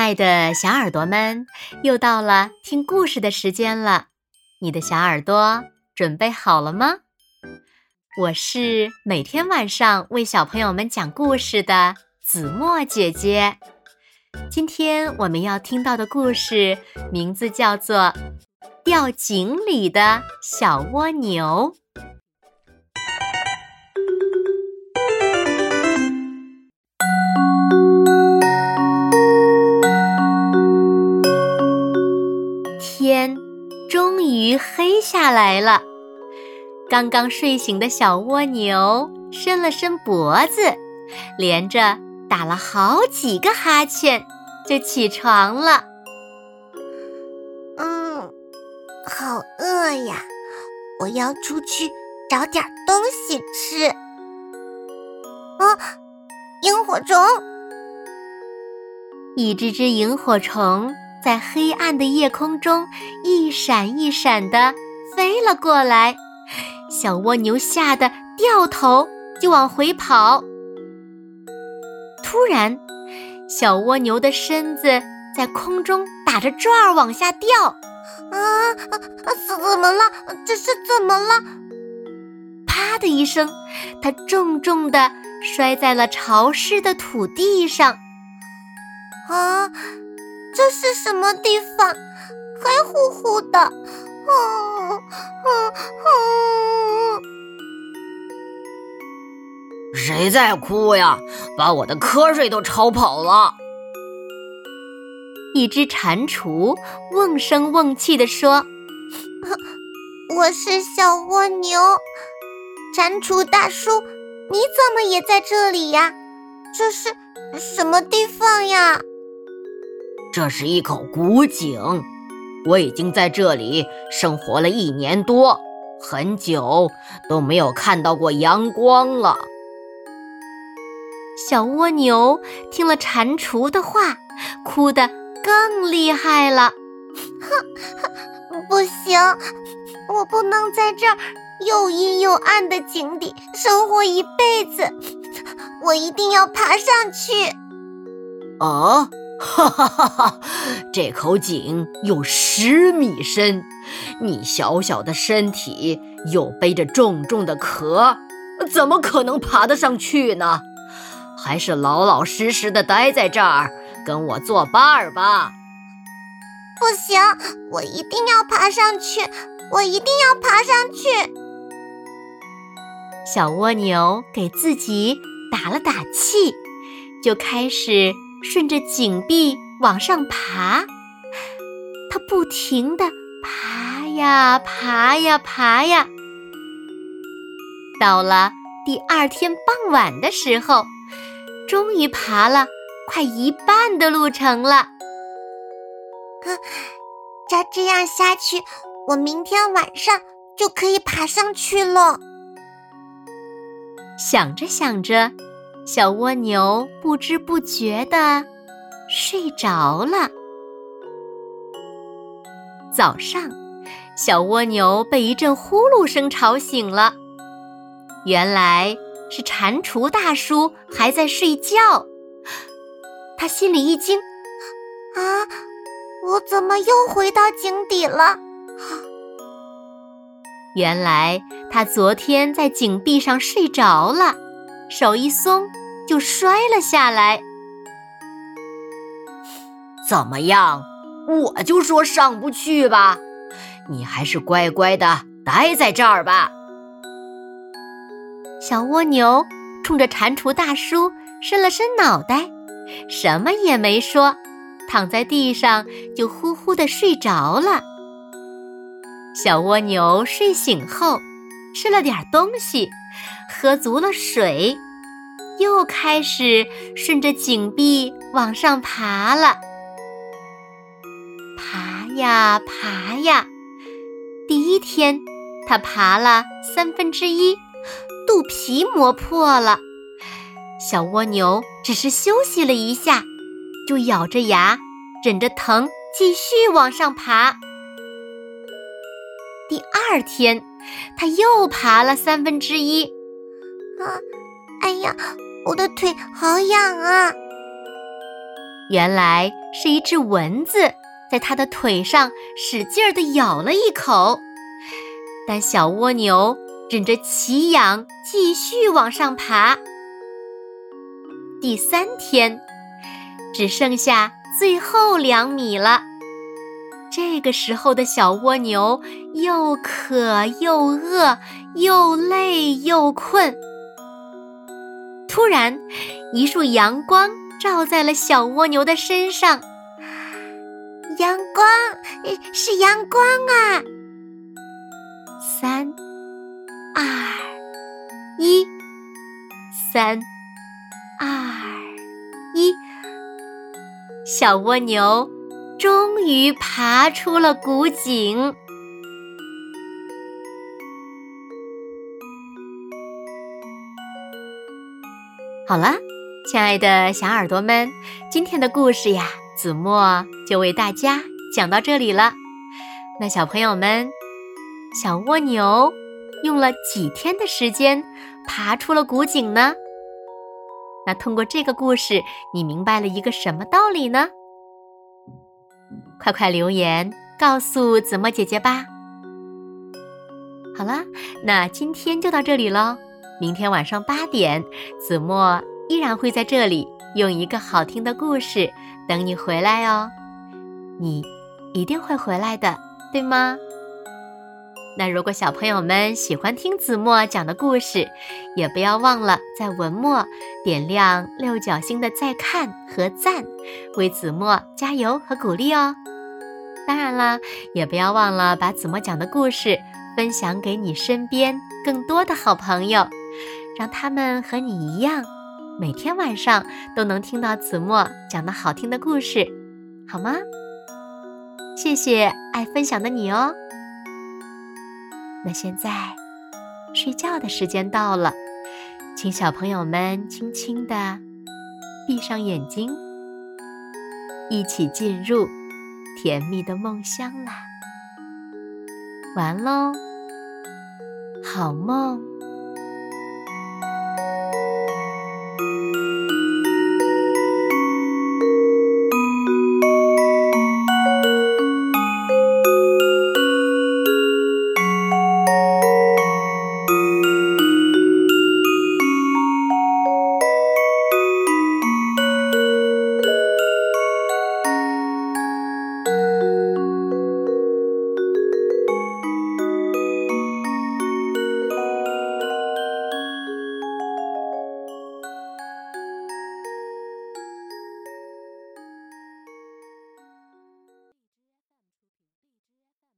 爱的小耳朵们，又到了听故事的时间了。你的小耳朵准备好了吗？我是每天晚上为小朋友们讲故事的子墨姐姐。今天我们要听到的故事名字叫做《掉井里的小蜗牛》。天终于黑下来了，刚刚睡醒的小蜗牛伸了伸脖子，连着打了好几个哈欠，就起床了。 好饿呀，我要出去找点东西吃。萤火虫！ 一只只萤火虫在黑暗的夜空中一闪一闪地飞了过来，小蜗牛吓得掉头就往回跑。突然，小蜗牛的身子在空中打着转儿往下掉。 怎么了？这是怎么了？ 啪的一声，它重重地摔在了潮湿的土地上。 这是什么地方？黑乎乎的。 谁在哭呀？把我的瞌睡都吵跑了。 一只蟾蜍瓮声瓮气地说： 我是小蜗牛。蟾蜍大叔，你怎么也在这里呀？这是什么地方呀？ 这是一口古井，我已经在这里生活了1年多，很久都没有看到过阳光了。 小蜗牛听了蟾蜍的话，哭得更厉害了。 不行，我不能在这儿又阴又暗的井底生活一辈子，我一定要爬上去。 这口井有10米深，你小小的身体又背着重重的壳，怎么可能爬得上去呢？还是老老实实的待在这儿，跟我作伴儿吧。 不行，我一定要爬上去，我一定要爬上去。 小蜗牛给自己打了打气，就开始顺着井壁往上爬。它不停地爬呀爬呀爬呀。到了第2天傍晚的时候，终于爬了快1半的路程了。 照这样下去，我明天晚上就可以爬上去了。 想着想着，小蜗牛不知不觉地睡着了。早上，小蜗牛被一阵呼噜声吵醒了。原来是蟾蜍大叔还在睡觉。他心里一惊， 我怎么又回到井底了？ 原来他昨天在井壁上睡着了，手一松就摔了下来。 怎么样？我就说上不去吧，你还是乖乖的待在这儿吧。 小蜗牛冲着蟾蜍大叔伸了伸脑袋，什么也没说，躺在地上就呼呼地睡着了。小蜗牛睡醒后，吃了点东西，喝足了水，又开始顺着井壁往上爬了。爬呀爬呀，第1天，它爬了1/3，肚皮磨破了。小蜗牛只是休息了一下，就咬着牙，忍着疼继续往上爬。第2天，它又爬了1/3。 哎呀，我的腿好痒啊！ 原来是一只蚊子在它的腿上使劲地咬了一口，但小蜗牛忍着奇痒继续往上爬。第3天，只剩下最后2米了。这个时候的小蜗牛又渴又饿，又累又困。突然，一束阳光照在了小蜗牛的身上。 阳光，是阳光啊 ！3、2、1，3、2、1，小蜗牛终于爬出了谷井。好了，亲爱的小耳朵们，今天的故事呀，子墨就为大家讲到这里了。那小朋友们，小蜗牛用了几天的时间爬出了谷井呢？那通过这个故事，你明白了一个什么道理呢？快快留言告诉子墨姐姐吧。好了，那今天就到这里咯。明天晚上8点，子墨依然会在这里用一个好听的故事等你回来哦。你一定会回来的，对吗？那如果小朋友们喜欢听子墨讲的故事，也不要忘了在文末点亮6角星的再看和赞，为子墨加油和鼓励哦。当然了，也不要忘了把子墨讲的故事分享给你身边更多的好朋友，让他们和你一样，每天晚上都能听到子墨讲的好听的故事，好吗？谢谢爱分享的你哦。那现在睡觉的时间到了，请小朋友们轻轻地闭上眼睛，一起进入甜蜜的梦乡啦。完喽，好梦。